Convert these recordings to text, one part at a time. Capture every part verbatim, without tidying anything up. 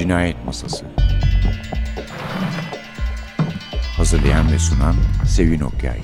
Cinayet Masası. Hazırlayan ve sunan Sevin Okyay.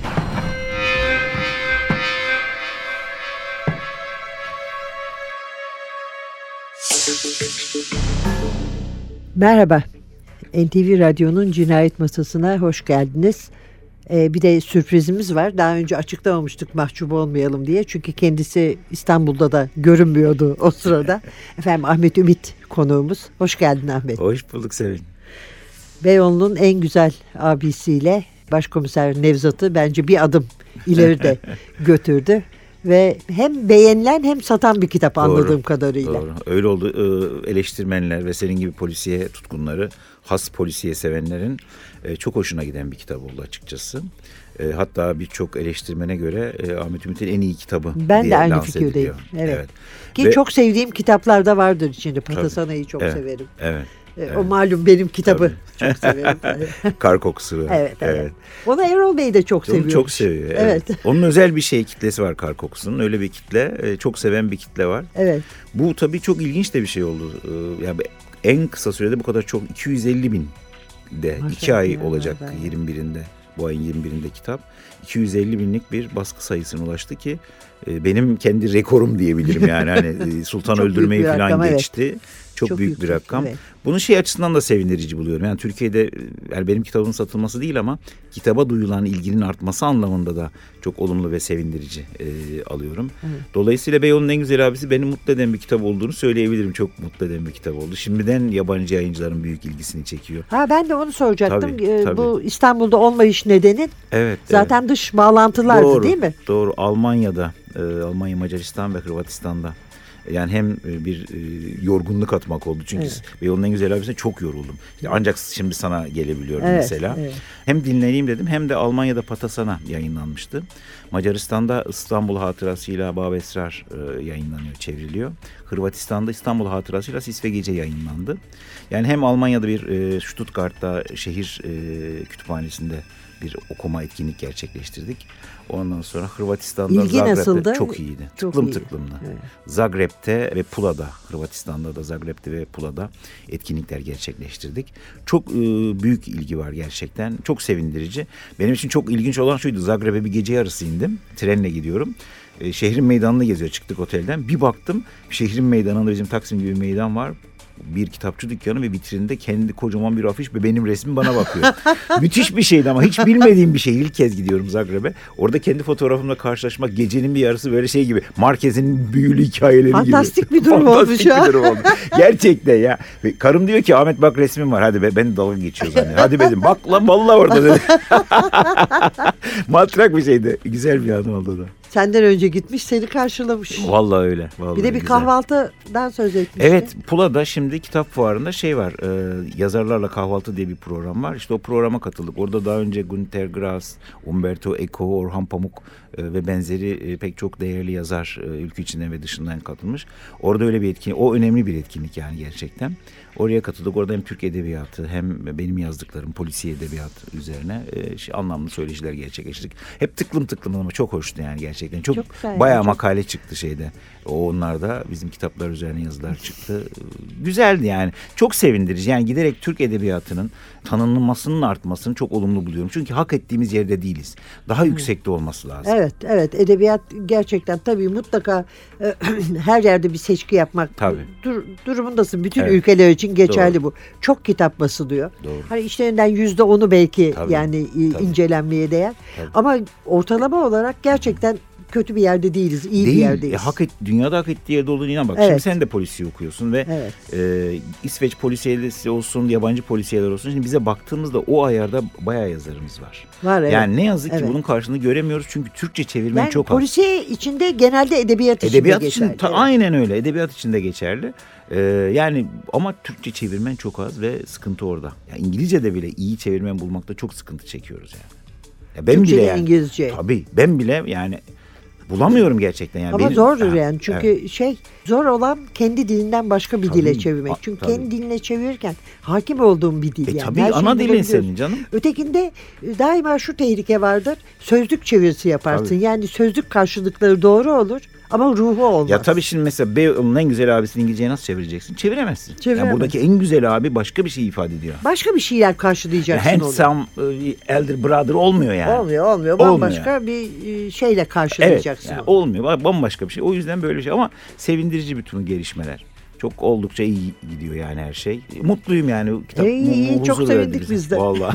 Merhaba, N T V Radyo'nun Cinayet Masası'na hoş geldiniz. Ee, bir de sürprizimiz var. Daha önce açıklamamıştık mahcup olmayalım diye. Çünkü kendisi İstanbul'da da görünmüyordu o sırada. Efendim Ahmet Ümit konuğumuz. Hoş geldin Ahmet. Hoş bulduk Sevin. Beyoğlu'nun en güzel abisiyle Başkomiser Nevzat'ı bence bir adım ileride götürdü. Ve hem beğenilen hem satan bir kitap anladığım Doğru, kadarıyla. Doğru. Öyle oldu. Ee, eleştirmenler ve senin gibi polisiye tutkunları, has polisiye sevenlerin e, çok hoşuna giden bir kitap oldu açıkçası. E, hatta birçok eleştirmene göre e, Ahmet Ümit'in en iyi kitabı ben diye de aynı lanse fikirdeyim. ediliyor. Evet. Evet. Ki Ve, çok sevdiğim kitaplar da vardır içinde. Patasana'yı çok evet, severim. Evet. O Evet. malum benim kitabı Tabii. çok severim. Kar kokusu. Evet, evet. evet. Onu Erol Bey de çok seviyor. Onu çok seviyor. Evet. Evet. Onun özel bir şey kitlesi var Kar Kokusu'nun. Öyle bir kitle, e, çok seven bir kitle var. Evet. Bu tabii çok ilginç de bir şey oldu. Ee, yani en kısa sürede bu kadar çok, iki yüz elli bin de Maşallah iki ay ya, olacak ben. yirmi birinde. Bu ayın yirmi birinde kitap. iki yüz elli binlik bir baskı sayısına ulaştı ki e, benim kendi rekorum diyebilirim yani. Hani Sultan Çok öldürmeyi büyük bir falan rakam, evet. geçti. Çok, Çok büyük yüksek, bir rakam. evet. Bunu şey açısından da sevindirici buluyorum. Yani Türkiye'de yani benim kitabımın satılması değil ama kitaba duyulan ilginin artması anlamında da çok olumlu ve sevindirici e, alıyorum. Evet. Dolayısıyla Beyoğlu'nun en güzel abisi beni mutlu eden bir kitap olduğunu söyleyebilirim. Çok mutlu eden bir kitap oldu. Şimdiden yabancı yayıncıların büyük ilgisini çekiyor. Ha ben de onu soracaktım. Tabii, Ee, tabii. Bu İstanbul'da olmayış nedeni Evet. zaten evet. dış bağlantılardı Doğru, değil mi? Doğru. Almanya'da, e, Almanya, Macaristan ve Hırvatistan'da. Yani hem bir e, yorgunluk atmak oldu. Çünkü Evet. Beyoğlu'nun en güzel abisine çok yoruldum. İşte ancak şimdi sana gelebiliyorum Evet, mesela. evet. Hem dinleneyim dedim hem de Almanya'da Patasana yayınlanmıştı. Macaristan'da İstanbul Hatırası'yla Bab Esrar e, yayınlanıyor, çevriliyor. Hırvatistan'da İstanbul Hatırası'yla Sis ve Gece yayınlandı. Yani hem Almanya'da bir e, Stuttgart'ta şehir e, kütüphanesinde bir okuma etkinlik gerçekleştirdik. Ondan sonra Hırvatistan'da İlgi Zagreb'te nasıldı? çok iyiydi. Çok Tıklım iyi. tıklımdı. Evet. Zagreb'te ve Pula'da, Hırvatistan'da da Zagreb'te ve Pula'da etkinlikler gerçekleştirdik. Çok e, büyük ilgi var gerçekten. Çok sevindirici. Benim için çok ilginç olan şuydu. Zagreb'e bir gece yarısı indim. Trenle gidiyorum. E, şehrin meydanını geziyor. Çıktık otelden. Bir baktım şehrin meydanında bizim Taksim gibi bir meydan var. Bir kitapçı dükkanı ve vitrinde kendi kocaman bir afiş ve benim resmim bana bakıyor. Müthiş bir şeydi ama hiç bilmediğim bir şey. İlk kez gidiyorum Zagreb'e. Orada kendi fotoğrafımla karşılaşmak gecenin bir yarısı böyle şey gibi. Marquez'in büyülü hikayeleri Fantastik gibi. bir durum olmuş ya. Fantastik bir durum oldu. Gerçekten ya. Ve karım diyor ki Ahmet bak resmim var. Hadi be ben dalga geçiyoruz hani. Hadi dedim bak lan vallahi orada dedi. Matrak bir şeydi. Güzel bir anı oldu da. Senden önce gitmiş seni karşılamış. Vallahi öyle. Vallahi Bir de bir güzel. kahvaltıdan söz etmişti. Evet, Pula'da şimdi kitap fuarında şey var, e, yazarlarla kahvaltı diye bir program var. İşte o programa katıldık. Orada daha önce Günter Grass, Umberto Eco, Orhan Pamuk e, ve benzeri e, pek çok değerli yazar e, ülke içinden ve dışından katılmış. Orada öyle bir etkinlik, o önemli bir etkinlik yani gerçekten. Oraya katıldık. Orada hem Türk edebiyatı hem benim yazdıklarım polisiye edebiyat üzerine e, şey, anlamlı söyleşiler gerçekleştirdik. Hep tıklım tıklım ama çok hoştu yani gerçekten. Çok, Çok güzel, bayağı çok... makale çıktı şeyde. O onlarda bizim kitaplar üzerine yazılar çıktı. Güzeldi yani. Çok sevindirici. Yani giderek Türk edebiyatının tanınmasının artmasını çok olumlu buluyorum. Çünkü hak ettiğimiz yerde değiliz. Daha yüksekte olması lazım. Evet, evet. Edebiyat gerçekten tabii mutlaka e, her yerde bir seçki yapmak Tabii. dur, durumundasın. Bütün Evet. ülkeler için geçerli Doğru. bu. Çok kitap basılıyor. Doğru. Hani işlerinden yüzde onu belki Tabii, yani e, tabii. incelenmeye değer. Tabii. Ama ortalama olarak gerçekten kötü bir yerde değiliz. İyi Değil. bir yerdeyiz. E, hak et, dünyada hak ettiği yerde olduğunu inan bak. Evet. Şimdi sen de polisiye okuyorsun ve Evet. e, İsveç polisiyesi olsun, yabancı polisiyeler olsun. Şimdi bize baktığımızda o ayarda bayağı yazarımız var. Var evet. Yani ne yazık ki Evet. bunun karşılığını göremiyoruz. Çünkü Türkçe çevirmen Yani çok az. polisiye içinde genelde edebiyat, Edebiyat içinde için geçerli. ta, Evet. aynen öyle. Edebiyat için de geçerli. Ee, yani ama Türkçe çevirmen çok az ve sıkıntı orada. Yani İngilizce'de bile iyi çevirmen bulmakta çok sıkıntı çekiyoruz yani. Ya ben Türkçeden bile yani, İngilizce. Tabii ben bile yani bulamıyorum gerçekten yani. Ama Benim, zordur ha, yani çünkü evet. şey zor olan kendi dilinden başka bir Tabii. dile çevirmek. A, Çünkü tabii. kendi diline çevirirken hakim olduğum bir dil E yani. tabii Her şeyi ana dilin bulabiliyorsun. senin canım. Ötekinde e, daima şu tehlike vardır. Sözlük çevirisi yaparsın. Tabii. Yani sözlük karşılıkları doğru olur Ama ruhu olmaz. Ya tabii şimdi mesela Beyoğlu'nun en güzel abisini İngilizceye nasıl çevireceksin? Çeviremezsin. Çeviremezsin. Yani buradaki en güzel abi başka bir şey ifade ediyor. Başka bir şeyler karşılayacaksın onu. Handsome e, elder brother olmuyor yani. Olmuyor olmuyor. Bambaşka olmuyor. bir şeyle karşılayacaksın evet, yani onu. Olmuyor. Bambaşka bir şey. O yüzden böyle şey ama sevindirici bütün gelişmeler. Çok oldukça iyi gidiyor yani her şey. Mutluyum yani. Kitap iyi, iyi, huzur çok verdi sevindik bize. biz de. Vallahi.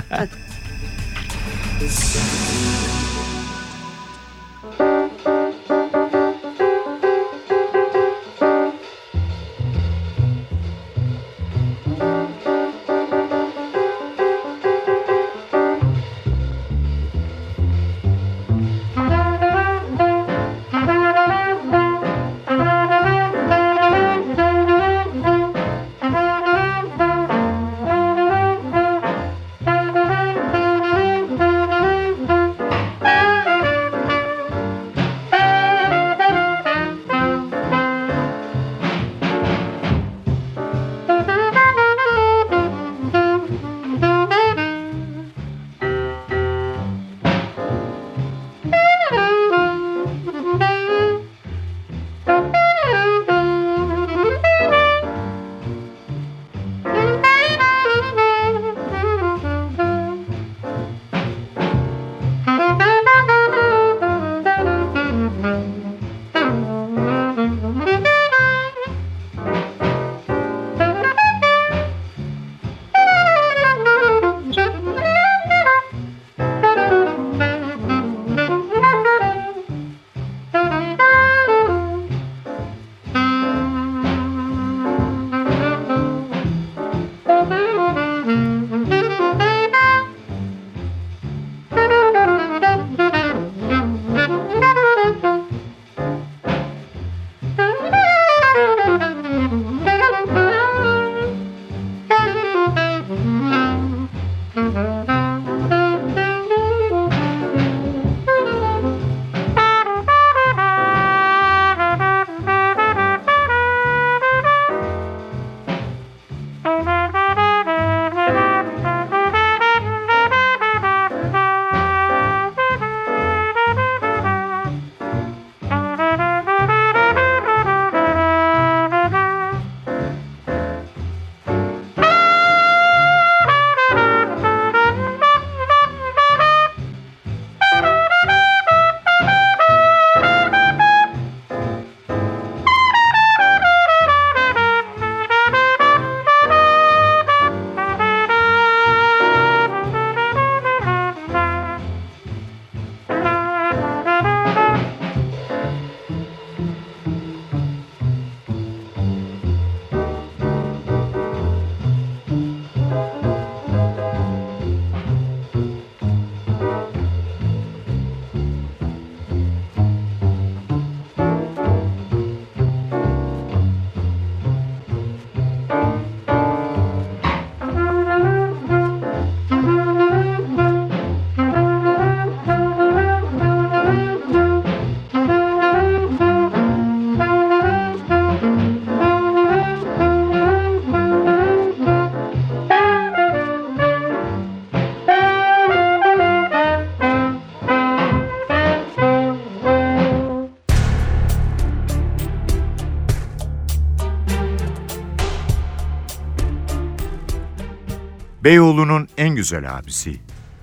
Beyoğlu'nun en güzel abisi.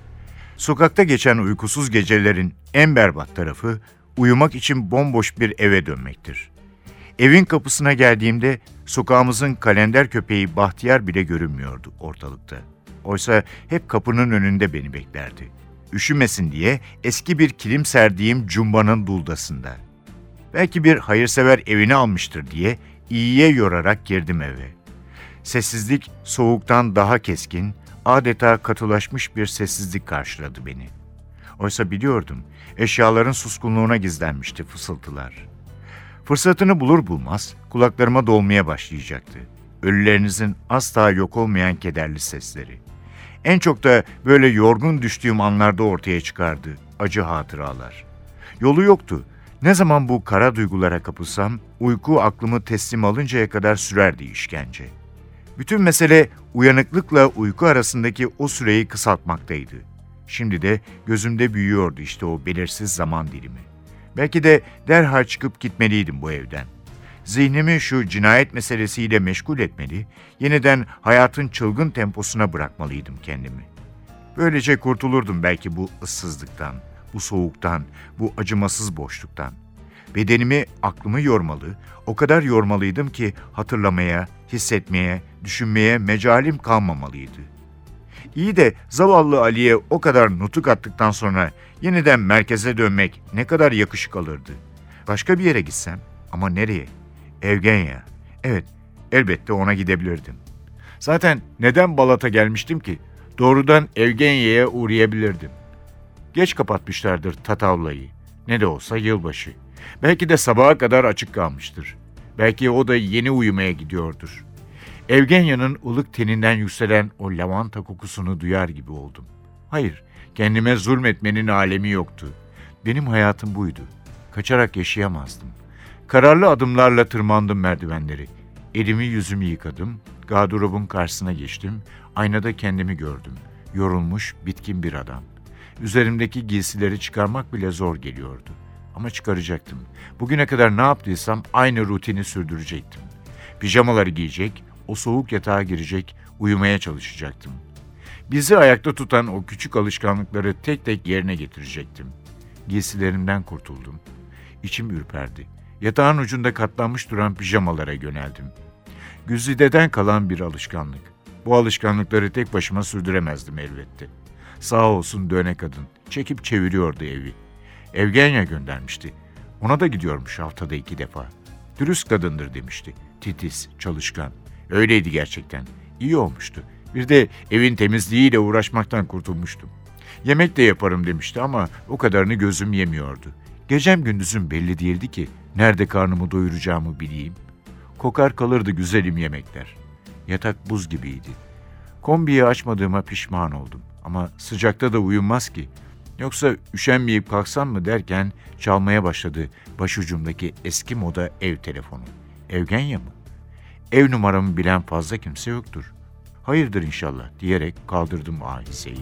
Sokakta geçen uykusuz gecelerin en berbat tarafı uyumak için bomboş bir eve dönmektir. Evin kapısına geldiğimde sokağımızın kalender köpeği Bahtiyar bile görünmüyordu ortalıkta. Oysa hep kapının önünde beni beklerdi. Üşümesin diye eski bir kilim serdiğim cumbanın duldasında. Belki bir hayırsever evini almıştır diye iyiye yorarak girdim eve. Sessizlik soğuktan daha keskin, adeta katılaşmış bir sessizlik karşıladı beni. Oysa biliyordum, eşyaların suskunluğuna gizlenmişti fısıltılar. Fırsatını bulur bulmaz kulaklarıma dolmaya başlayacaktı. Ölülerinizin asla yok olmayan kederli sesleri. En çok da böyle yorgun düştüğüm anlarda ortaya çıkardı acı hatıralar. Yolu yoktu. Ne zaman bu kara duygulara kapılsam, uyku aklımı teslim alıncaya kadar sürerdi işkence. Bütün mesele uyanıklıkla uyku arasındaki o süreyi kısaltmaktaydı. Şimdi de gözümde büyüyordu işte o belirsiz zaman dilimi. Belki de derhal çıkıp gitmeliydim bu evden. Zihnimi şu cinayet meselesiyle meşgul etmeli, yeniden hayatın çılgın temposuna bırakmalıydım kendimi. Böylece kurtulurdum belki bu ıssızlıktan, bu soğuktan, bu acımasız boşluktan. Bedenimi, aklımı yormalı, o kadar yormalıydım ki hatırlamaya, hissetmeye, düşünmeye mecalim kalmamalıydı. İyi de zavallı Ali'ye o kadar nutuk attıktan sonra yeniden merkeze dönmek ne kadar yakışık alırdı. Başka bir yere gitsem, ama nereye? Evgenya. Evet, elbette ona gidebilirdim. Zaten neden Balat'a gelmiştim ki? Doğrudan Evgenya'ya uğrayabilirdim. Geç kapatmışlardır Tatavla'yı. Ne de olsa yılbaşı. Belki de sabaha kadar açık kalmıştır. Belki o da yeni uyumaya gidiyordur. Evgenya'nın ılık teninden yükselen o lavanta kokusunu duyar gibi oldum. Hayır, kendime zulmetmenin alemi yoktu. Benim hayatım buydu. Kaçarak yaşayamazdım. Kararlı adımlarla tırmandım merdivenleri. Elimi yüzümü yıkadım, gardırobun karşısına geçtim, aynada kendimi gördüm. Yorulmuş, bitkin bir adam. Üzerimdeki giysileri çıkarmak bile zor geliyordu. Ama çıkaracaktım. Bugüne kadar ne yaptıysam aynı rutini sürdürecektim. Pijamaları giyecek, o soğuk yatağa girecek, uyumaya çalışacaktım. Bizi ayakta tutan o küçük alışkanlıkları tek tek yerine getirecektim. Giysilerimden kurtuldum. İçim ürperdi. Yatağın ucunda katlanmış duran pijamalara yöneldim. Güzide'den kalan bir alışkanlık. Bu alışkanlıkları tek başıma sürdüremezdim elbette. Sağ olsun döne kadın. Çekip çeviriyordu evi. Evgenya göndermişti. Ona da gidiyormuş haftada iki defa. Dürüst kadındır demişti. Titiz, çalışkan. Öyleydi gerçekten. İyi olmuştu. Bir de evin temizliğiyle uğraşmaktan kurtulmuştum. Yemek de yaparım demişti ama o kadarını gözüm yemiyordu. Gecem gündüzüm belli değildi ki nerede karnımı doyuracağımı bileyim. Kokar kalırdı güzelim yemekler. Yatak buz gibiydi. Kombiyi açmadığıma pişman oldum. Ama sıcakta da uyunmaz ki. Yoksa üşenmeyip kalksam mı derken çalmaya başladı başucumdaki eski moda ev telefonu. Evgenya mı? Ev numaramı bilen fazla kimse yoktur. Hayırdır inşallah diyerek kaldırdım ahiseyi.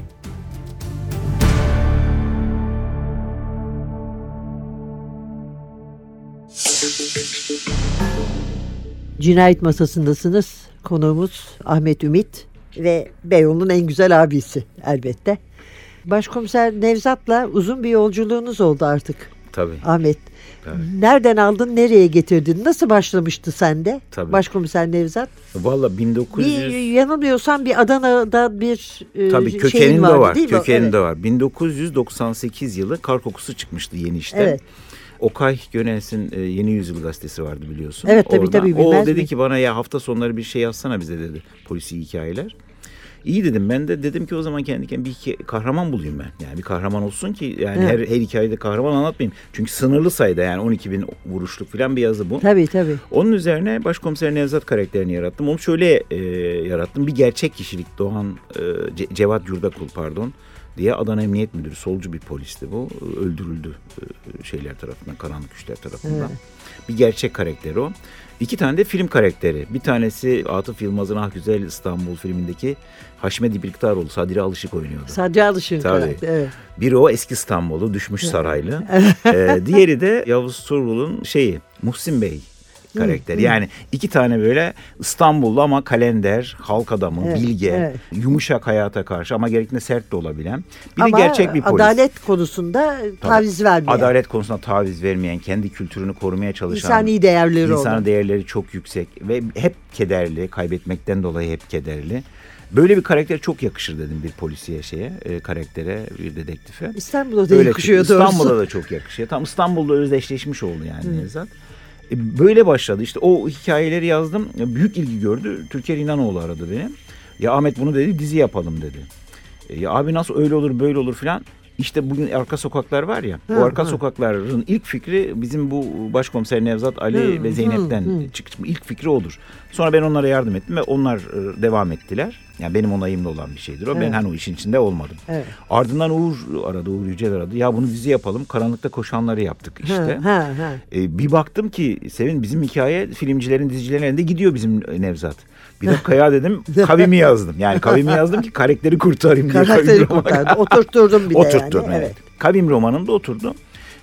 Cinayet masasındasınız. Konuğumuz Ahmet Ümit ve Beyoğlu'nun en güzel abisi elbette. Başkomiser Nevzat'la uzun bir yolculuğunuz oldu artık. Tabii. Ahmet. Tabii. Nereden aldın, nereye getirdin? Nasıl başlamıştı sende? Tabii. Başkomiser Nevzat. Valla bin dokuz yüz... Bir, yanılmıyorsam bir Adana'da bir e, Tabii şeyin kökeninde vardı, var. değil mi? Kökeninde Evet. var. bin dokuz yüz doksan sekiz yılı Kar Kokusu çıkmıştı Yeni İş'te. Evet. Okay Gönels'in e, Yeni Yüzyıl gazetesi vardı biliyorsun. Evet tabii Oradan. tabii. O bilmez dedi mi? ki bana ya hafta sonları bir şey yazsana bize dedi. Polisi hikayeler. İyi dedim, ben de dedim ki o zaman kendi kendime bir hikaye, kahraman bulayım ben. Yani bir kahraman olsun ki yani Evet. her, her hikayede kahraman anlatmayayım. Çünkü sınırlı sayıda yani on iki bin vuruşluk falan bir yazı bu. Tabii tabii. Onun üzerine Başkomiser Nevzat karakterini yarattım. Onu şöyle e, yarattım. Bir gerçek kişilik Doğan e, Ce- Cevat Yurdakul pardon diye Adana Emniyet Müdürü, solcu bir polisti bu. Öldürüldü e, şeyler tarafından, karanlık güçler tarafından. Evet. Bir gerçek karakter o. İki tane de film karakteri. Bir tanesi Atıf Yılmaz'ın Ah Güzel İstanbul filmindeki Haşmet İbriktaroğlu, Sadri Alışık oynuyordu. Sadri Alışık'ın Tabii. karakteri. Evet. Biri o eski İstanbul'u, düşmüş saraylı. ee, diğeri de Yavuz Turgul'un şeyi, Muhsin Bey karakteri. Yani iki tane böyle İstanbullu ama kalender, halk adamı, Evet, bilge, evet. yumuşak hayata karşı ama gerektiğinde sert de olabilen. Bir Ama de gerçek bir polis. adalet konusunda taviz vermeyen. Adalet konusunda taviz vermeyen, kendi kültürünü korumaya çalışan. İnsani değerleri İnsani olan. değerleri çok yüksek ve hep kederli, kaybetmekten dolayı hep kederli. Böyle bir karakter çok yakışır dedim bir polisiye şeye, e, karaktere, bir dedektife. İstanbul'da da Öyle yakışıyor çıktı. doğrusu. İstanbul'da da çok yakışıyor. Tam İstanbul'da özdeşleşmiş oldu yani Nevzat. E, böyle başladı. İşte o hikayeleri yazdım. Büyük ilgi gördü. Türker İnanoğlu aradı beni. Ya Ahmet bunu dedi, dizi yapalım dedi. E, ya abi nasıl öyle olur böyle olur filan. İşte bugün Arka Sokaklar var ya. Hı, o Arka hı. Sokaklar'ın ilk fikri bizim bu Başkomiser Nevzat, Ali Hı, ve Zeynep'ten hı, hı. çıktı. İlk fikri odur. Sonra ben onlara yardım ettim ve onlar e, devam ettiler. Yani benim onayımla olan bir şeydir o. Evet. Ben hani o işin içinde olmadım. Evet. Ardından Uğur aradı, Uğur Yücel aradı. Ya bunu dizi yapalım. Karanlıkta Koşanları yaptık işte. Ha, ha, ha. Ee, bir baktım ki Sevin bizim hikaye filmcilerin, dizicilerin elinde gidiyor bizim Nevzat. Bir dakika ya dedim, kavimi yazdım. Yani kavimi yazdım ki karakteri kurtarayım diye. Karakteri kavim romanı. kurtardı. Oturtturdum bir de Oturtturdum, yani. evet. Kavim romanında oturdu.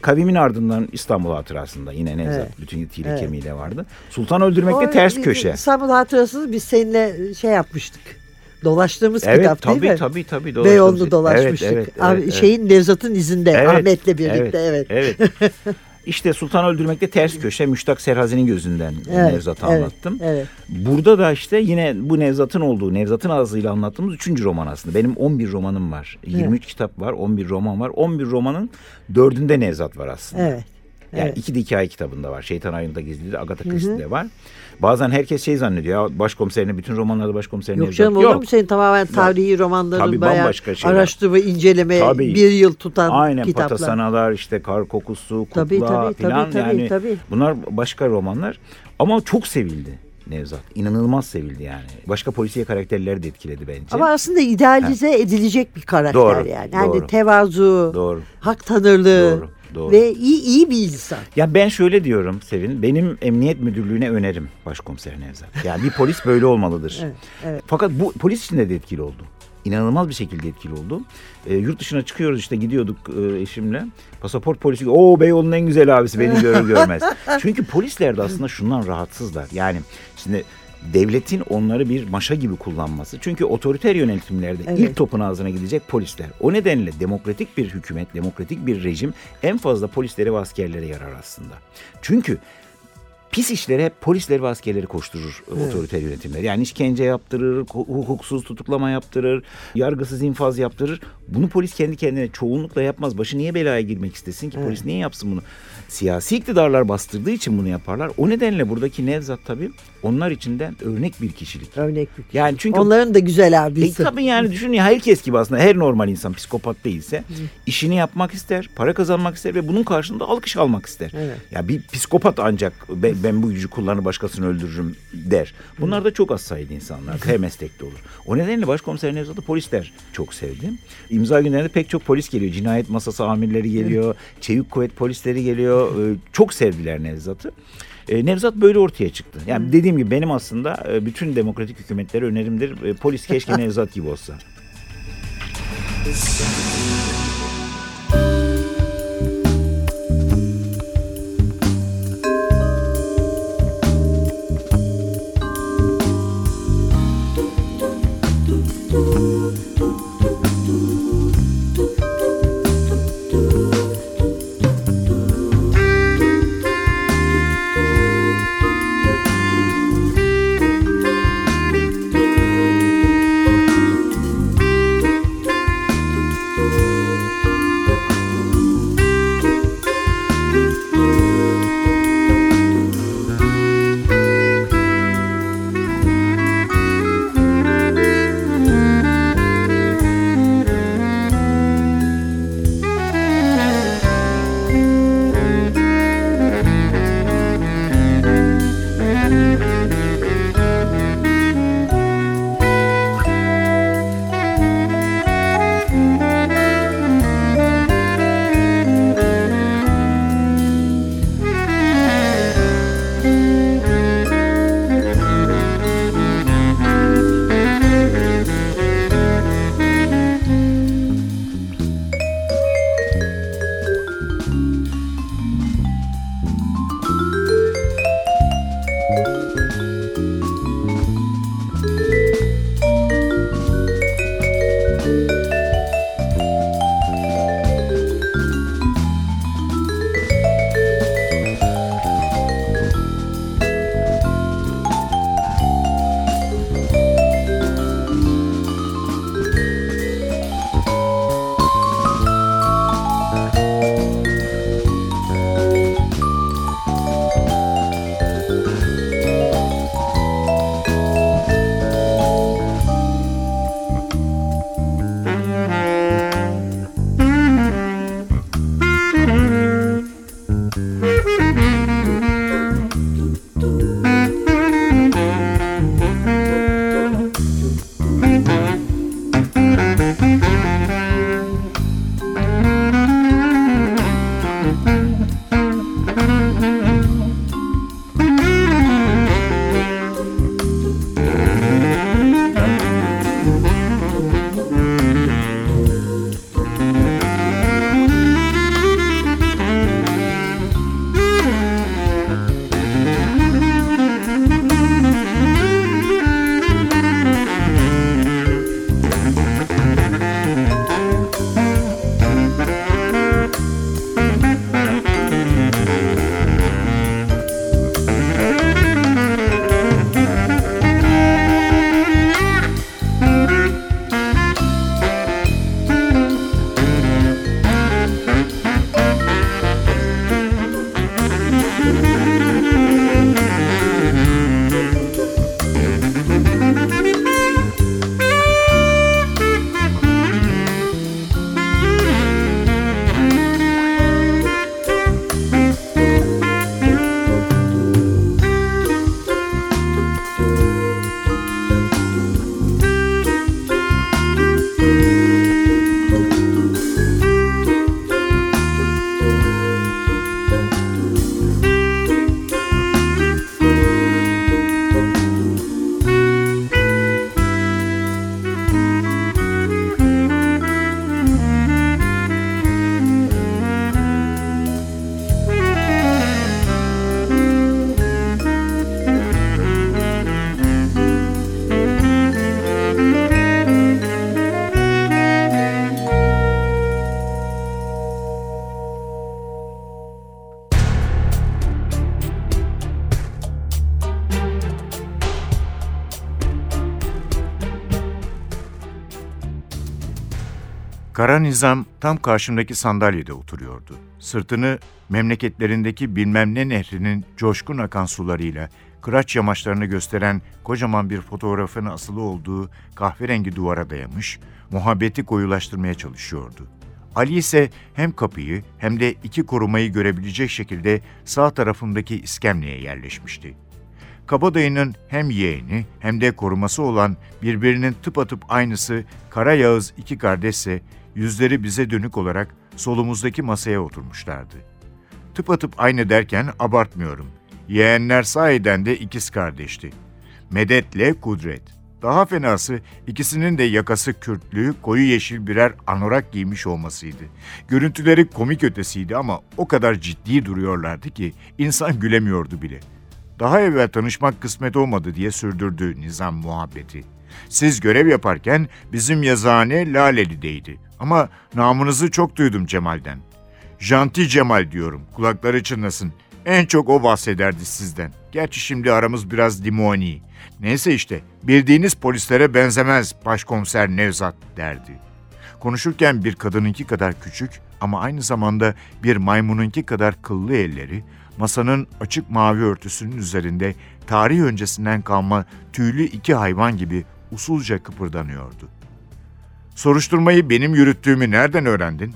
Kavimin ardından İstanbul Hatırası'nda yine Nevzat Evet. bütün itiyle Evet. kemiğiyle vardı. Sultan Öldürmek'te O, Ters e, Köşe. İstanbul Hatırası'nı biz seninle şey yapmıştık. Dolaştığımız Evet kitap tabii, değil mi? tabii tabii Beyoğlu'nda dolaştığımız- dolaşmıştık. Evet, evet, Abi, evet, evet. şeyin Nevzat'ın izinde Evet, Ahmet'le birlikte evet. Evet. evet. İşte Sultan Öldürmek'te Ters Köşe Müştak Serhazi'nin gözünden Evet, Nevzat'ı evet, anlattım. Evet. Burada da işte yine bu Nevzat'ın olduğu, Nevzat'ın ağzıyla anlattığımız üçüncü roman aslında. Benim on bir romanım var. yirmi üç evet. kitap var, on bir roman var. on bir romanın dördünde Nevzat var aslında. Evet. Yani evet. iki de hikaye kitabında var. Şeytan Ayı'nda Gizli'de, Agatha Christie'de var. Bazen herkes şey zannediyor ya başkomiserini, bütün romanlarda başkomiserini Yok Nevzat. canım olur Yok. mu senin tamamen tarihi romanların Tabii, bayağı araştırma, inceleme tabii. bir yıl tutan Aynen, kitaplar. Patasanalar, işte Kar Kokusu, Kukla tabii, tabii, falan tabii, yani tabii. bunlar başka romanlar ama çok sevildi Nevzat. İnanılmaz sevildi yani. Başka polisiye karakterleri de etkiledi bence. Ama aslında idealize ha. edilecek bir karakter doğru, yani. Yani doğru. tevazu, doğru. hak tanırlığı doğru, doğru. ve iyi iyi bir insan. Ya ben şöyle diyorum Sevin, benim emniyet müdürlüğüne önerim Başkomiser Nevzat. Yani bir polis böyle olmalıdır. evet, evet. Fakat bu polis içinde de etkili oldu. İnanılmaz bir şekilde etkili oldu. E, yurt dışına çıkıyoruz işte gidiyorduk e, eşimle. Pasaport polisi, o Beyoğlu'nun en güzel abisi beni görür görmez. Çünkü polisler de aslında şundan rahatsızlar. Yani şimdi devletin onları bir maşa gibi kullanması. Çünkü otoriter yönetimlerde evet. ilk topun ağzına gidecek polisler. O nedenle demokratik bir hükümet, demokratik bir rejim en fazla polislere ve askerlere yarar aslında. Çünkü pis işlere hep polisleri ve askerleri koşturur evet. otoriter yönetimler. Yani işkence yaptırır, hukuksuz tutuklama yaptırır, yargısız infaz yaptırır. Bunu polis kendi kendine çoğunlukla yapmaz. Başı niye belaya girmek istesin ki? Evet. Polis niye yapsın bunu? Siyasi iktidarlar bastırdığı için bunu yaparlar. O nedenle buradaki Nevzat tabii onlar içinden örnek bir kişilik. Örnek bir kişilik. Yani çünkü onların da güzel abisi. E, tabii yani düşün ya herkes gibi aslında her normal insan psikopat değilse Hı. işini yapmak ister, para kazanmak ister ve bunun karşılığında alkış almak ister. Evet. Ya bir psikopat ancak ben, ben bu gücü kullanır başkasını öldürürüm der. Bunlar Hı. da çok az sayıda insanlar. Her meslekte olur. O nedenle Başkomiser Nevzat'ı polisler çok sevdi. İmza günlerinde pek çok polis geliyor. Cinayet masası amirleri geliyor. Hı. Çevik kuvvet polisleri geliyor. Çok sevdiler Nevzat'ı. Nevzat böyle ortaya çıktı. Yani dediğim gibi benim aslında bütün demokratik hükümetlere önerimdir. Polis keşke Nevzat gibi olsa. Kara Nizam tam karşımdaki sandalyede oturuyordu. Sırtını memleketlerindeki bilmem ne nehrinin coşkun akan sularıyla kıraç yamaçlarını gösteren kocaman bir fotoğrafın asılı olduğu kahverengi duvara dayamış, muhabbeti koyulaştırmaya çalışıyordu. Ali ise hem kapıyı hem de iki korumayı görebilecek şekilde sağ tarafımdaki iskemleye yerleşmişti. Kabadayının hem yeğeni hem de koruması olan birbirinin tıpatıp aynısı Kara Yağız iki kardeşse yüzleri bize dönük olarak solumuzdaki masaya oturmuşlardı. Tıpatıp aynı derken abartmıyorum. Yeğenler sahiden de ikiz kardeşti. Medet'le Kudret. Daha fenası ikisinin de yakası kürklü, koyu yeşil birer anorak giymiş olmasıydı. Görüntüleri komik ötesiydi ama o kadar ciddi duruyorlardı ki insan gülemiyordu bile. Daha evvel tanışmak kısmet olmadı diye sürdürdü Nizam muhabbeti. Siz görev yaparken bizim yazıhane Laleli'deydi. Ama namınızı çok duydum Cemal'den. Janti Cemal diyorum, kulakları çınlasın. En çok o bahsederdi sizden. Gerçi şimdi aramız biraz limoni. Neyse işte, bildiğiniz polislere benzemez Başkomiser Nevzat derdi. Konuşurken bir kadınınki kadar küçük ama aynı zamanda bir maymununki kadar kıllı elleri, masanın açık mavi örtüsünün üzerinde tarih öncesinden kalma tüylü iki hayvan gibi usulca kıpırdanıyordu. Soruşturmayı benim yürüttüğümü nereden öğrendin?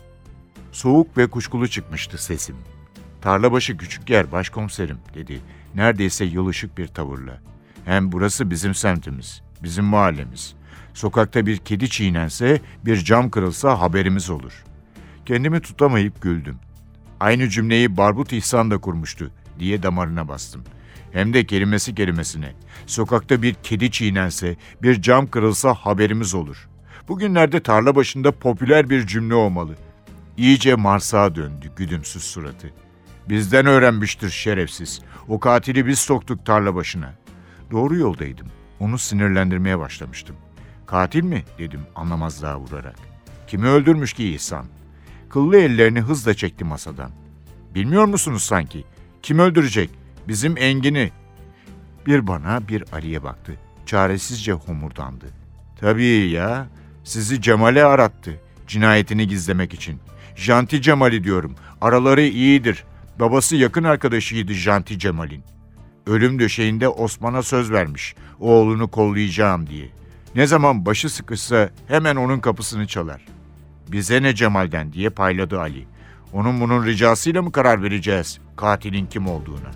Soğuk ve kuşkulu çıkmıştı sesim. Tarlabaşı küçük yer başkomiserim dedi. Neredeyse yılışık bir tavırla. Hem burası bizim semtimiz, bizim mahallemiz. Sokakta bir kedi çiğnense, bir cam kırılsa haberimiz olur. Kendimi tutamayıp güldüm. Aynı cümleyi Barbut İhsan da kurmuştu diye damarına bastım. Hem de kelimesi kelimesine. Sokakta bir kedi çiğnense, bir cam kırılsa haberimiz olur. Bugünlerde tarla başında popüler bir cümle olmalı. İyice Mars'a döndü güdümsüz suratı. Bizden öğrenmiştir şerefsiz. O katili biz soktuk tarla başına. Doğru yoldaydım. Onu sinirlendirmeye başlamıştım. Katil mi dedim anlamazlığa vurarak. Kimi öldürmüş ki İhsan? Kıllı ellerini hızla çekti masadan. Bilmiyor musunuz sanki? Kim öldürecek? Bizim Engin'i. Bir bana bir Ali'ye baktı. Çaresizce homurdandı. Tabii ya. Sizi Cemal'e arattı. Cinayetini gizlemek için. Janti Cemal'i diyorum. Araları iyidir. Babası yakın arkadaşıydı Janti Cemal'in. Ölüm döşeğinde Osman'a söz vermiş. Oğlunu kollayacağım diye. Ne zaman başı sıkışsa hemen onun kapısını çalar. Bize ne Cemal'den diye payladı Ali. Onun bunun ricasıyla mı karar vereceğiz katilin kim olduğuna?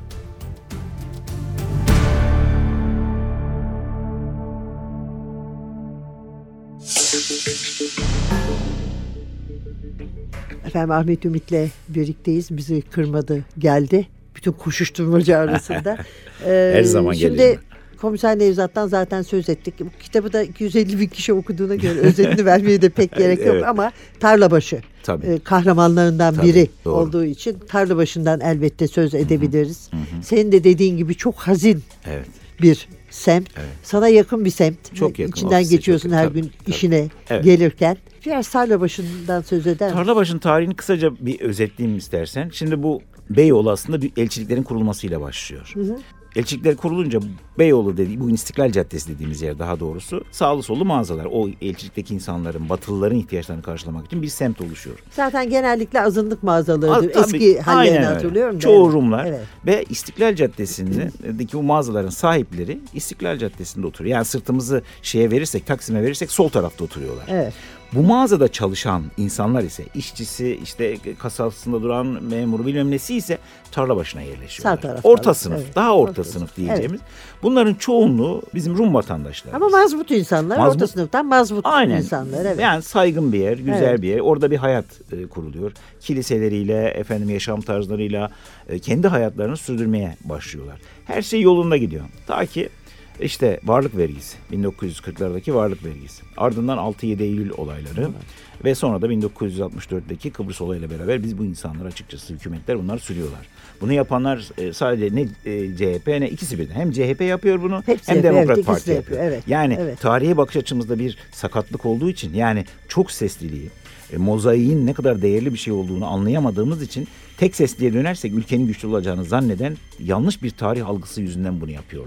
Efendim Ahmet Ümit'le birlikteyiz. Bizi kırmadı, geldi. Bütün koşuşturmaca arasında. Ee, Her zaman şimdi gelirim. Komiser Nevzat'tan zaten söz ettik. Bu kitabı da iki yüz elli bin kişi okuduğuna göre özetini vermeye de pek gerek yok Evet. ama Tarlabaşı e, kahramanlarından Tabii, biri doğru. olduğu için Tarlabaşı'ndan elbette söz edebiliriz. Hı hı. Senin de dediğin gibi çok hazin Evet. bir semt. Evet. Sana yakın bir semt. Çok yakın, İçinden ofise geçiyorsun çok her yakın. gün Tabii, işine evet. gelirken. Biraz Tarlabaşı'ndan söz eder misin? Tarlabaşı'nın tarihini kısaca bir özetleyeyim istersen. Şimdi bu Beyoğlu aslında bir elçiliklerin kurulmasıyla başlıyor. Hı hı. Elçilikler kurulunca Beyoğlu dediği, bugün İstiklal Caddesi dediğimiz yer daha doğrusu, sağlı sollu mağazalar. O elçilikteki insanların, Batılıların ihtiyaçlarını karşılamak için bir semt oluşuyor. Zaten genellikle azınlık mağazalarıdır. A, tabii, Eski hallerini aynen öyle. hatırlıyorum. Çoğu yani. Rumlar Evet. ve İstiklal Caddesi'ndeki o mağazaların sahipleri İstiklal Caddesi'nde oturuyor. Yani sırtımızı şeye verirsek, Taksim'e verirsek sol tarafta oturuyorlar. Evet. Bu mağazada çalışan insanlar ise işçisi, işte kasasında duran memuru bilmem nesi ise tarla başına yerleşiyorlar. Sağ tarafta. Orta sınıf, Evet. daha orta, Orta sınıf sınıf. diyeceğimiz. Bunların çoğunluğu bizim Rum vatandaşları. Ama mazbut insanlar, Mazbut- orta sınıftan mazbut Aynen. insanlar. Evet. Yani saygın bir yer, güzel Evet. bir yer. Orada bir hayat e, kuruluyor. Kiliseleriyle, efendim yaşam tarzlarıyla e, kendi hayatlarını sürdürmeye başlıyorlar. Her şey yolunda gidiyor. Ta ki işte varlık vergisi, bin dokuz yüz kırklardaki varlık vergisi. Ardından altı yedi Eylül olayları evet. Ve sonra da bin dokuz yüz altmış dörtteki Kıbrıs olayıyla beraber biz bu insanlar açıkçası hükümetler bunları sürüyorlar. Bunu yapanlar e, sadece ne e, C H P ne ikisi birden. Hem C H P yapıyor bunu Hepsi hem yapıyor, Demokrat evet, ikisi Parti de yapıyor. yapıyor, evet. Yani Evet. tarihe bakış açımızda bir sakatlık olduğu için, yani çok sesliliği, e, mozaiğin ne kadar değerli bir şey olduğunu anlayamadığımız için tek sesliye dönersek ülkenin güçlü olacağını zanneden yanlış bir tarih algısı yüzünden bunu yapıyorlar. Evet.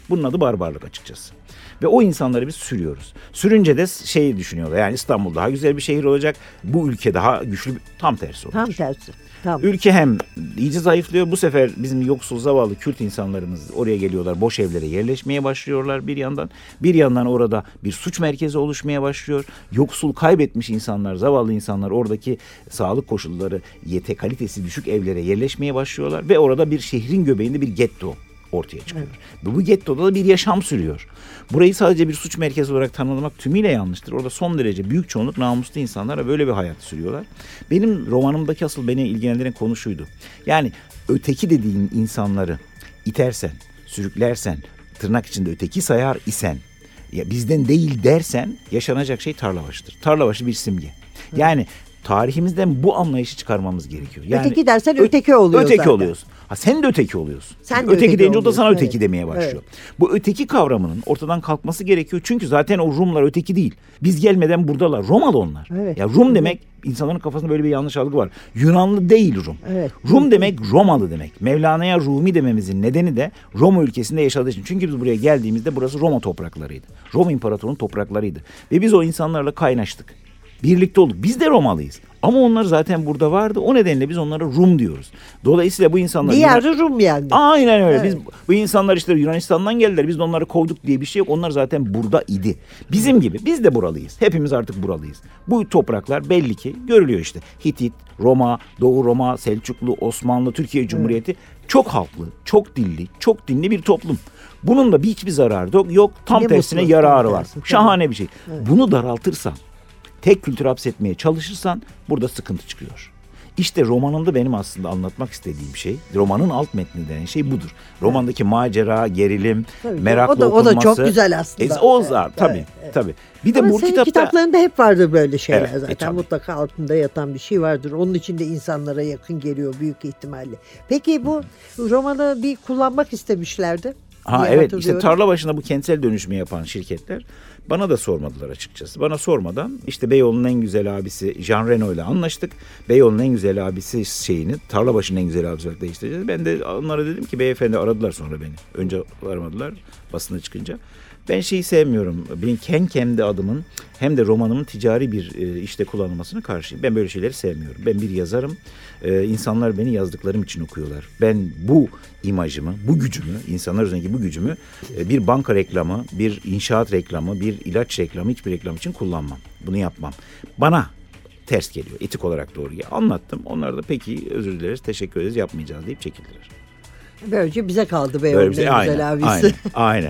Bunun adı barbarlık açıkçası. Ve o insanları biz sürüyoruz. Sürünce de şeyi düşünüyorlar. Yani İstanbul daha güzel bir şehir olacak. Bu ülke daha güçlü bir... Tam tersi oluyor. Tam tersi. Tam. Ülke hem iyice zayıflıyor. Bu sefer bizim yoksul, zavallı Kürt insanlarımız oraya geliyorlar. Boş evlere yerleşmeye başlıyorlar bir yandan. Bir yandan orada bir suç merkezi oluşmaya başlıyor. Yoksul, kaybetmiş insanlar, zavallı insanlar oradaki sağlık koşulları, yete kalitesi düşük evlere yerleşmeye başlıyorlar. Ve orada bir şehrin göbeğinde bir getto ortaya çıkıyor. Evet. Bu gettoda da bir yaşam sürüyor. Burayı sadece bir suç merkezi olarak tanımlamak tümüyle yanlıştır. Orada son derece büyük çoğunluk namuslu insanlar böyle bir hayat sürüyorlar. Benim romanımdaki asıl beni ilgilendiren konu şuydu. Yani öteki dediğin insanları itersen, sürüklersen, tırnak içinde öteki sayar isen, ya bizden değil dersen yaşanacak şey Tarlabaşı'dır. Tarlabaşı bir simge. Yani tarihimizden bu anlayışı çıkarmamız gerekiyor. Yani öteki dersen öteki oluyor öteki zaten. oluyorsun. Ha sen de öteki oluyorsun. Sen de öteki, öteki deyince o da sana oluyorsun, öteki evet. demeye başlıyor. Evet. Bu öteki kavramının ortadan kalkması gerekiyor. Çünkü zaten o Rumlar öteki değil. Biz gelmeden buradalar. Romalı onlar. Evet. Ya Rum demek, insanların kafasında böyle bir yanlış algı var. Yunanlı değil Rum. Evet. Rum demek Romalı demek. Mevlana'ya Rumi dememizin nedeni de Roma ülkesinde yaşadığı için. Çünkü biz buraya geldiğimizde burası Roma topraklarıydı. Roma İmparatorluğu'nun topraklarıydı. Ve biz o insanlarla kaynaştık. Birlikte olduk. Biz de Romalıyız. Ama onlar zaten burada vardı. O nedenle biz onlara Rum diyoruz. Dolayısıyla bu insanlar... Diğeri Rum yani. Aynen öyle. Evet. Biz bu insanlar işte Yunanistan'dan geldiler. Biz de onları kovduk diye bir şey yok. Onlar zaten burada idi. Bizim gibi. Biz de buralıyız. Hepimiz artık buralıyız. Bu topraklar belli ki görülüyor işte. Hitit, Roma, Doğu Roma, Selçuklu, Osmanlı, Türkiye Cumhuriyeti evet. Çok halklı, çok dilli, çok dinli bir toplum. Bunun da hiçbir zararı yok. Yok tam ne tersine mutlu, yararı tam var. tersi, Şahane bir şey. Evet. Bunu daraltırsan, tek kültür hapsetmeye çalışırsan burada sıkıntı çıkıyor. İşte romanımda benim aslında anlatmak istediğim şey, romanın alt metni denen şey budur. Romandaki macera, gerilim, tabii, meraklı o da, okunması. O da çok güzel aslında. E, o zar, evet, tabii, evet, evet. tabii. Bir de Ama bu senin kitapta... kitaplarında hep vardır böyle şeyler Evet, zaten. e, Mutlaka altında yatan bir şey vardır. Onun için de insanlara yakın geliyor büyük ihtimalle. Peki bu romanı bir kullanmak istemişlerdi. Ha evet işte Tarlabaşı'nda bu kentsel dönüşümü yapan şirketler bana da sormadılar açıkçası. Bana sormadan işte Beyoğlu'nun en güzel abisi Jean Reno ile anlaştık. Beyoğlu'nun en güzel abisi şeyini Tarlabaşı'nın en güzel abisi olarak değiştireceğiz. Ben de onlara dedim ki beyefendi aradılar sonra beni. Önce aramadılar basına çıkınca. Ben şeyi sevmiyorum. Ben hem kendi adımın hem de romanımın ticari bir e, işte kullanılmasına karşıyım. Ben böyle şeyleri sevmiyorum. Ben bir yazarım. E, insanlar beni yazdıklarım için okuyorlar. Ben bu imajımı, bu gücümü, insanlar üzerindeki bu gücümü e, bir banka reklamı, bir inşaat reklamı, bir ilaç reklamı, hiçbir reklam için kullanmam. Bunu yapmam. Bana ters geliyor. Etik olarak doğru geliyor. Anlattım. Onlar da peki özür dileriz, teşekkür ederiz, yapmayacağız deyip çekildiler. Böylece bize kaldı Beyoğlu'nun en şey, güzel aynen, abisi. Aynen, aynen.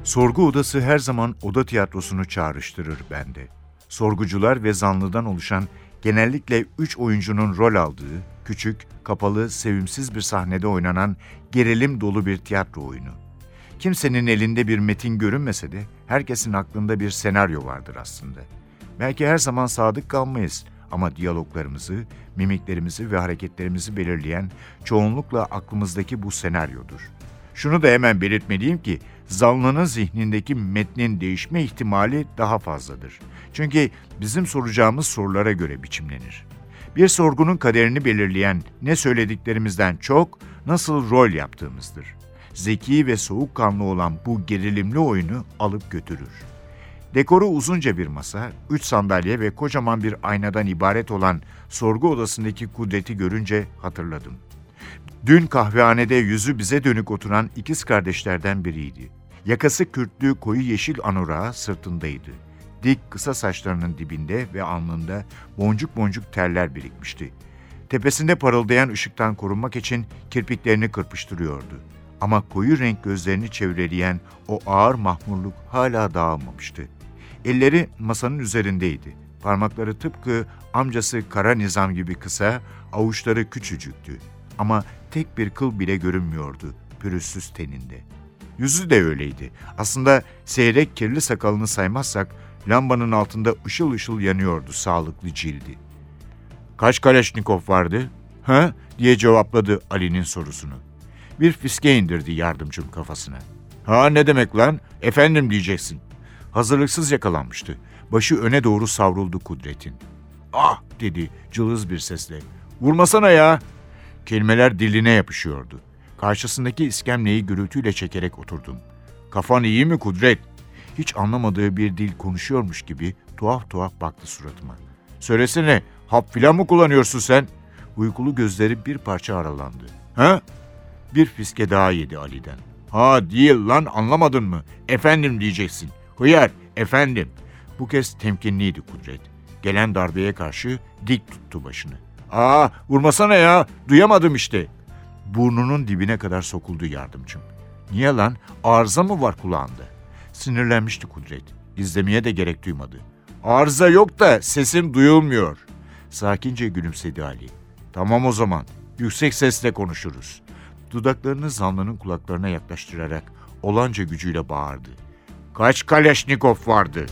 Sorgu odası her zaman oda tiyatrosunu çağrıştırır bende. Sorgucular ve zanlıdan oluşan genellikle üç oyuncunun rol aldığı, küçük, kapalı, sevimsiz bir sahnede oynanan gerilim dolu bir tiyatro oyunu. Kimsenin elinde bir metin görünmese de herkesin aklında bir senaryo vardır aslında. Belki her zaman sadık kalmayız ama diyaloglarımızı, mimiklerimizi ve hareketlerimizi belirleyen çoğunlukla aklımızdaki bu senaryodur. Şunu da hemen belirtmeliyim ki zanlının zihnindeki metnin değişme ihtimali daha fazladır. Çünkü bizim soracağımız sorulara göre biçimlenir. Bir sorgunun kaderini belirleyen ne söylediklerimizden çok nasıl rol yaptığımızdır. Zeki ve soğukkanlı olan bu gerilimli oyunu alıp götürür. Dekoru uzunca bir masa, üç sandalye ve kocaman bir aynadan ibaret olan sorgu odasındaki Kudret'i görünce hatırladım. Dün kahvehanede yüzü bize dönük oturan ikiz kardeşlerden biriydi. Yakası kürklü koyu yeşil anorağı sırtındaydı. Dik kısa saçlarının dibinde ve alnında boncuk boncuk terler birikmişti. Tepesinde parıldayan ışıktan korunmak için kirpiklerini kırpıştırıyordu. Ama koyu renk gözlerini çevreleyen o ağır mahmurluk hala dağılmamıştı. Elleri masanın üzerindeydi. Parmakları tıpkı amcası Kara Nizam gibi kısa, avuçları küçücüktü. Ama tek bir kıl bile görünmüyordu pürüzsüz teninde. Yüzü de öyleydi. Aslında seyrek kirli sakalını saymazsak lambanın altında ışıl ışıl yanıyordu sağlıklı cildi. "Kaç Kaleşnikov vardı?" "Ha?" diye cevapladı Ali'nin sorusunu. Bir fiske indirdi yardımcım kafasına. "Ha ne demek lan? Efendim diyeceksin." Hazırlıksız yakalanmıştı. Başı öne doğru savruldu Kudret'in. "Ah!" dedi cılız bir sesle. "Vurmasana ya!" Kelimeler diline yapışıyordu. Karşısındaki iskemleyi gürültüyle çekerek oturdum. "Kafan iyi mi Kudret?" Hiç anlamadığı bir dil konuşuyormuş gibi tuhaf tuhaf baktı suratıma. "Söylesene, hap filan mı kullanıyorsun sen?" Uykulu gözleri bir parça aralandı. "Ha?" Bir fiske daha yedi Ali'den. "Ha değil lan, anlamadın mı? Efendim diyeceksin. Hıyar, efendim." Bu kez temkinliydi Kudret. Gelen darbeye karşı dik tuttu başını. "Aa, vurmasana ya, duyamadım işte." Burnunun dibine kadar sokuldu yardımcım. "Niye lan, arıza mı var kulağında?" Sinirlenmişti Kudret. İzlemeye de gerek duymadı. "Arıza yok da sesim duyulmuyor." Sakince gülümsedi Ali. "Tamam o zaman, yüksek sesle konuşuruz." Dudaklarını zanlının kulaklarına yaklaştırarak olanca gücüyle bağırdı. "Kaç Kaleşnikov vardı?"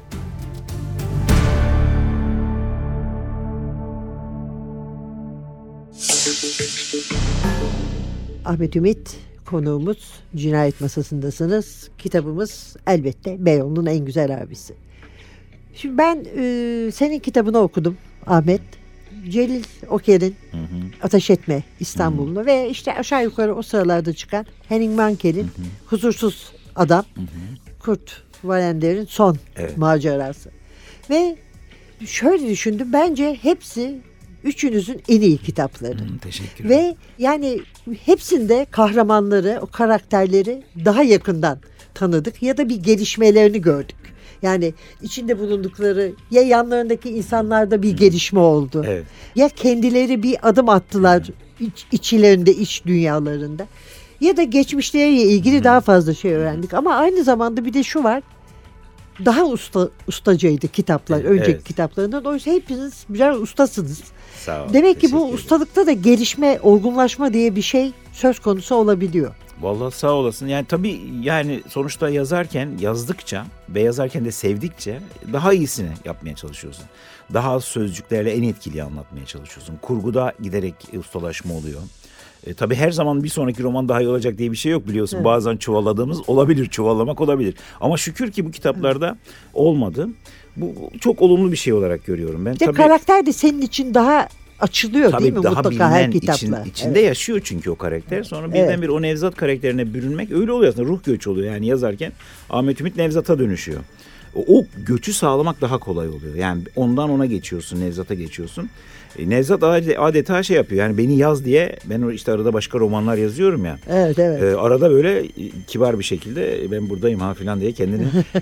Ahmet Ümit konuğumuz, Cinayet Masası'ndasınız. Kitabımız elbette Beyoğlu'nun en güzel abisi. Şimdi ben e, senin kitabını okudum Ahmet. Celil Oker'in hı hı. Ateş Etme İstanbul'unu ve işte aşağı yukarı o sıralarda çıkan Henning Mankel'in hı hı. Huzursuz Adam, hı hı. Kurt Wallender'in son evet. macerası. Ve şöyle düşündüm, bence hepsi üçünüzün en iyi kitapları. Hmm, teşekkür ederim. Ve yani hepsinde kahramanları, o karakterleri daha yakından tanıdık ya da bir gelişmelerini gördük. Yani içinde bulundukları ya yanlarındaki insanlarda bir hmm. gelişme oldu. Evet. Ya kendileri bir adım attılar hmm. iç, içlerinde, iç dünyalarında. Ya da geçmişleriyle ilgili hmm. daha fazla şey öğrendik. Ama aynı zamanda bir de şu var. Daha usta ustacaydı kitaplar, evet, önceki evet. kitaplarından. Oysa hepiniz birer ustasınız. Sağ ol, demek ki bu ederim. Ustalıkta da gelişme, olgunlaşma diye bir şey söz konusu olabiliyor. Vallahi sağ olasın. Yani tabii yani sonuçta yazarken, yazdıkça ve yazarken de sevdikçe daha iyisini yapmaya çalışıyorsun. Daha az sözcüklerle en etkili anlatmaya çalışıyorsun. Kurguda giderek ustalaşma oluyor. E, tabii her zaman bir sonraki roman daha iyi olacak diye bir şey yok biliyorsun. Evet. Bazen çuvalladığımız olabilir, çuvallamak olabilir. Ama şükür ki bu kitaplarda evet. olmadı. Bu çok olumlu bir şey olarak görüyorum ben. De tabii, karakter de senin için daha açılıyor tabii değil mi daha mutlaka her kitapla? Için, içinde evet. yaşıyor çünkü o karakter. Sonra birdenbire evet. o Nevzat karakterine bürünmek öyle oluyor aslında. Ruh göç oluyor yani yazarken Ahmet Ümit Nevzat'a dönüşüyor. O, o göçü sağlamak daha kolay oluyor. Yani ondan ona geçiyorsun, Nevzat'a geçiyorsun. E, Nevzat adeta şey yapıyor. Yani beni yaz diye ben işte arada başka romanlar yazıyorum ya. Evet evet. E, arada böyle kibar bir şekilde ben buradayım ha falan diye kendini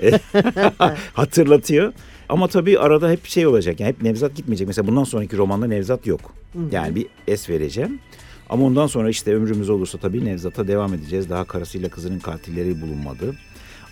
hatırlatıyor. Ama tabii arada hep şey olacak. Yani hep Nevzat gitmeyecek. Mesela bundan sonraki romanda Nevzat yok. Yani bir es vereceğim. Ama ondan sonra işte ömrümüz olursa tabii Nevzat'a devam edeceğiz. Daha karısıyla kızının katilleri bulunmadı.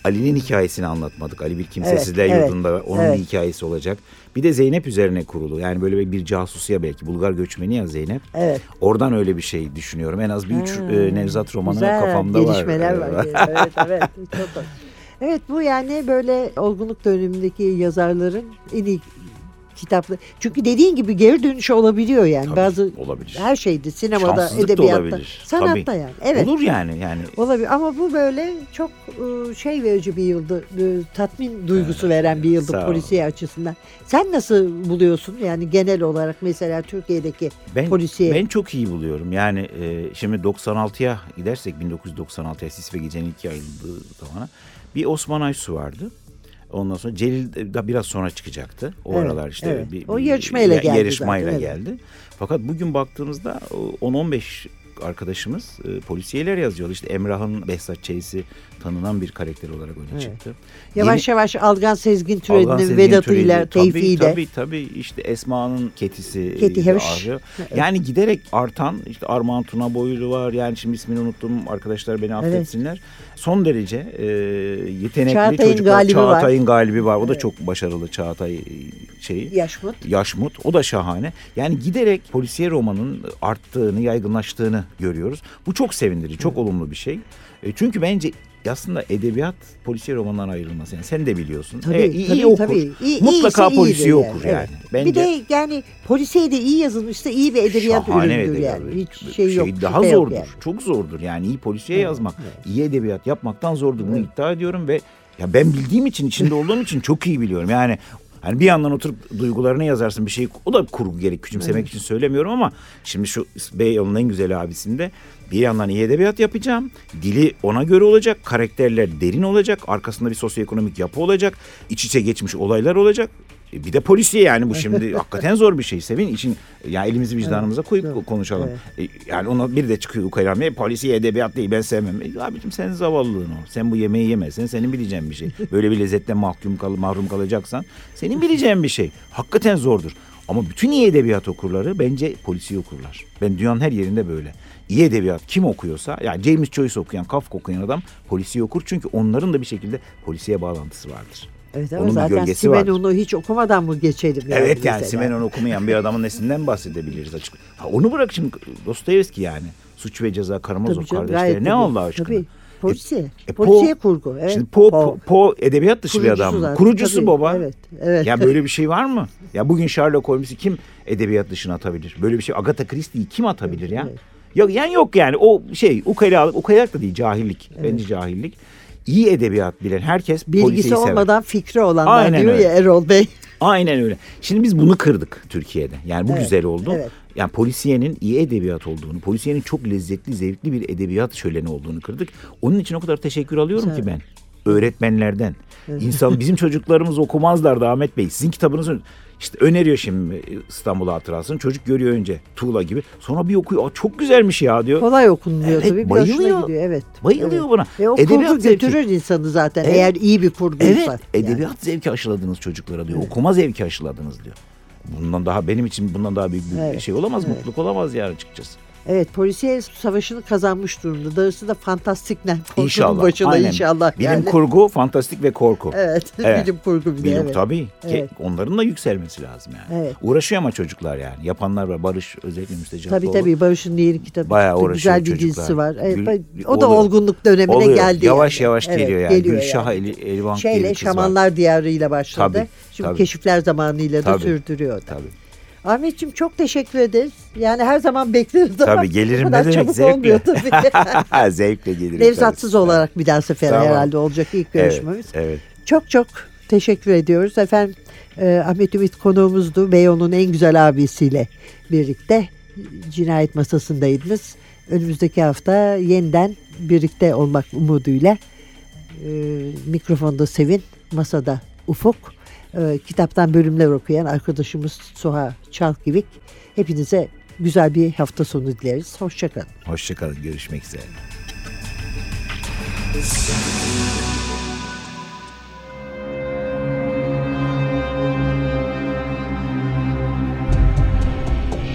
Ali'nin hikayesini anlatmadık. Ali bir kimsesizler Evet, evet, yurdunda onun evet. bir hikayesi olacak. Bir de Zeynep üzerine kurulu. Yani böyle bir casusiye belki. Bulgar göçmeni ya Zeynep. Evet. Oradan öyle bir şey düşünüyorum. En az bir üç Ha, e, Nevzat romanı güzel, kafamda var. gelişmeler var. Evet, evet. Çok hoş. Evet, bu yani böyle olgunluk dönemindeki yazarların en iyi kitapları. Çünkü dediğin gibi geri dönüş olabiliyor yani. Tabii, Bazı olabilir. her şeyde, sinemada, Şanssızlık da edebiyatta, olabilir. sanatta Tabii. yani. Evet. Olur yani yani. Olabilir ama bu böyle çok e, şey verici bir yıldı. e, Tatmin duygusu veren bir yıldı sağ ol. polisiye açısından. Sen nasıl buluyorsun? Yani genel olarak mesela Türkiye'deki Ben, polisiye. ben çok iyi buluyorum. Yani e, şimdi doksan altıya gidersek bin dokuz yüz doksan altıya Sis ve Gece'nin ilk yayıldığı zamana bir Osman Aysu vardı. Ondan sonra Celil da biraz sonra çıkacaktı. O Evet, aralar işte evet. bir, O bir yarışmayla ya- geldi yarışmayla zaten, geldi. Fakat bugün baktığımızda on on beş arkadaşımız e, polisiyeler yazıyor. İşte Emrah'ın Behzat Ç'si tanınan bir karakter olarak öne Evet. çıktı. Yavaş Yeni- yavaş Algan Sezgin Algan Türedi'nin Sezgin Vedat'ıyla, Türedi, Tevfik'iyle. Tabii tabii işte Esma'nın Ketisi. Keti e, Heviş. arıyor. Yani giderek artan işte Armağan Tuna Boylu var. Yani şimdi ismini unuttum. Arkadaşlar beni affetsinler. Son derece e, yetenekli Çağatay'ın çocuklar. galibi var. Çağatay'ın galibi var. O da Evet. çok başarılı Çağatay e, şeyi. Yaşmut. Yaşmut. O da şahane. Yani giderek polisiye romanın arttığını, yaygınlaştığını görüyoruz. Bu çok sevindirici, çok olumlu bir şey. E, çünkü bence aslında edebiyat polisiye romandan ayrılmaz. Yani sen de biliyorsun. Tabii, Evet, iyi, tabii, iyi okur. tabii. İyi- Mutlaka iyiyse polisiye iyidir okur yani. yani. Evet. Bence Bir de yani polisiye de iyi yazılmışsa iyi bir edebiyat şahane ürünüdür edebiyat. yani. Hiç şey yok. daha şüphe yok zordur. yani. Çok zordur. Yani iyi polisiye Evet, yazmak, evet. iyi edebiyat yapmaktan zordur. Bunu Evet. iddia ediyorum ve ya ben bildiğim için, içinde olduğum için çok iyi biliyorum. Yani hani bir yandan oturup duygularını yazarsın bir şey. O da kurgu gerek, küçümsemek Evet. için söylemiyorum ama şimdi şu Beyoğlu'nun en güzel abisinde bir yandan iyi edebiyat yapacağım. Dili ona göre olacak. Karakterler derin olacak. Arkasında bir sosyoekonomik yapı olacak. İç içe geçmiş olaylar olacak. E Bir de polisiye yani bu şimdi hakikaten zor bir şey. Sevin için ya elimizi vicdanımıza koyup Evet. konuşalım. Evet. E, Yani ona bir de çıkıyor ukaylamaya polisiye edebiyat değil ben sevmem. E, abicim sen zavallığın o. Sen bu yemeği yemezsen senin bileceğin bir şey. Böyle bir lezzetten mahkum kal mahrum kalacaksan senin bileceğin bir şey. Hakikaten zordur. Ama bütün iyi edebiyat okurları bence polisiye okurlar. Ben dünyanın her yerinde böyle. İyi edebiyat kim okuyorsa yani James Joyce okuyan, Kafka okuyan adam polisiye okur. Çünkü onların da bir şekilde polisiye bağlantısı vardır. Evet ama Onun bir zaten gölgesi vardır. Simenon'u hiç okumadan mı geçelim? Yani Evet yani mesela? Simenon okumayan bir adamın neslinden bahsedebiliriz açık. Ha, onu bırak şimdi Dostoyevski yani. Suç ve Ceza, Karamazov Tabii canım, kardeşleri gayet ne tabii. Allah aşkına. Tabii. Polisiye. E, polisiye Po- kurgu. Evet. Şimdi Po, Po. Po edebiyat dışı bir Kurucusu adam. zaten, Kurucusu tabii. baba. Evet. Evet. Ya böyle bir şey var mı? Ya bugün Sherlock Holmes'i kim edebiyat dışına atabilir? Böyle bir şey Agatha Christie'yi kim atabilir ya? Evet. Ya yani yok yani o şey ukalalık, ukalalık da değil cahillik. Evet. Bence cahillik. İyi edebiyat bilen herkes Bilgisi polisiyeyi sever. olmadan fikri olanlar Aynen diyor öyle. ya Erol Bey. Aynen öyle. Şimdi biz bunu kırdık Türkiye'de. Yani bu Evet, güzel oldu. evet. Yani polisiyenin iyi edebiyat olduğunu, polisiyenin çok lezzetli, zevkli bir edebiyat şöleni olduğunu kırdık. Onun için o kadar teşekkür alıyorum Güzel. ki ben. Öğretmenlerden. İnsan bizim çocuklarımız okumazlardı Ahmet Bey. Sizin kitabınızı işte öneriyor şimdi İstanbul Hatırası'nı. Çocuk görüyor önce Tuğla gibi. Sonra bir okuyor. Aa, çok güzelmiş ya diyor. Kolay okunmuyor Evet, tabii. Bir bayılıyor. hoşuna gidiyor. Evet. Bayılıyor evet. buna. Ve o Edebiyat kurgu zevki. götürür insanı zaten Evet. eğer iyi bir kurguysa. Evet, Yani. edebiyat zevki aşıladınız çocuklara diyor. Okuma zevki aşıladınız diyor. Bundan daha benim için bundan daha büyük bir Evet, şey olamaz, evet. mutluluk olamaz yani açıkçası. Evet, polisiye savaşını kazanmış durumda. Darısı da fantastikler. Korkunun İnşallah. başına aynen. inşallah. Bilim yani. kurgu, fantastik ve korku. Evet, Evet. bilim kurgu bir de. Bilim evet. tabii. Evet. Ki onların da yükselmesi lazım yani. Evet. Uğraşıyor ama çocuklar yani. Yapanlar var. Barış özellikle Müstecap Tabii Doğulu. tabii Barış'ın Nehri kitabı. Bayağı çıktı. uğraşıyor Güzel bir çocuklar. dizisi var. Evet, Gül- o da oluyor. olgunluk dönemine Oluyor. geldi. Yavaş yani. yavaş Evet, geliyor yani. geliyor Gülşah yani. Eli, Elvan diye Şeyle bir kız var. Şamanlar Diyarı ile başladı. Tabii, Şimdi tabii. Keşifler Zamanı'yla da Tabii. sürdürüyor. da. Tabii. Ahmetciğim çok teşekkür ederiz. Yani her zaman bekleriz ama Tabii gelirim bu ne kadar demek çabuk zevkle. olmuyor tabii. Zevkle gelirim. Nevzatsız tabii. olarak bir daha sefer Tamam. herhalde olacak ilk Evet, görüşmemiz. evet. Çok çok teşekkür ediyoruz. Efendim e, Ahmet Ümit konuğumuzdu. Beyoğlu'nun en güzel abisiyle birlikte cinayet masasındaydınız. Önümüzdeki hafta yeniden birlikte olmak umuduyla e, mikrofonda Sevin, masada Ufuk, e, kitaptan bölümler okuyan arkadaşımız Suha Çalkivik. Hepinize güzel bir hafta sonu dileriz. Hoşçakalın. Hoşçakalın. Görüşmek üzere.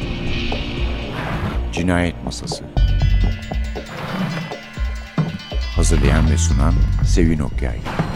Cinayet Masası. Hazırlayan ve sunan Sevin Okyay.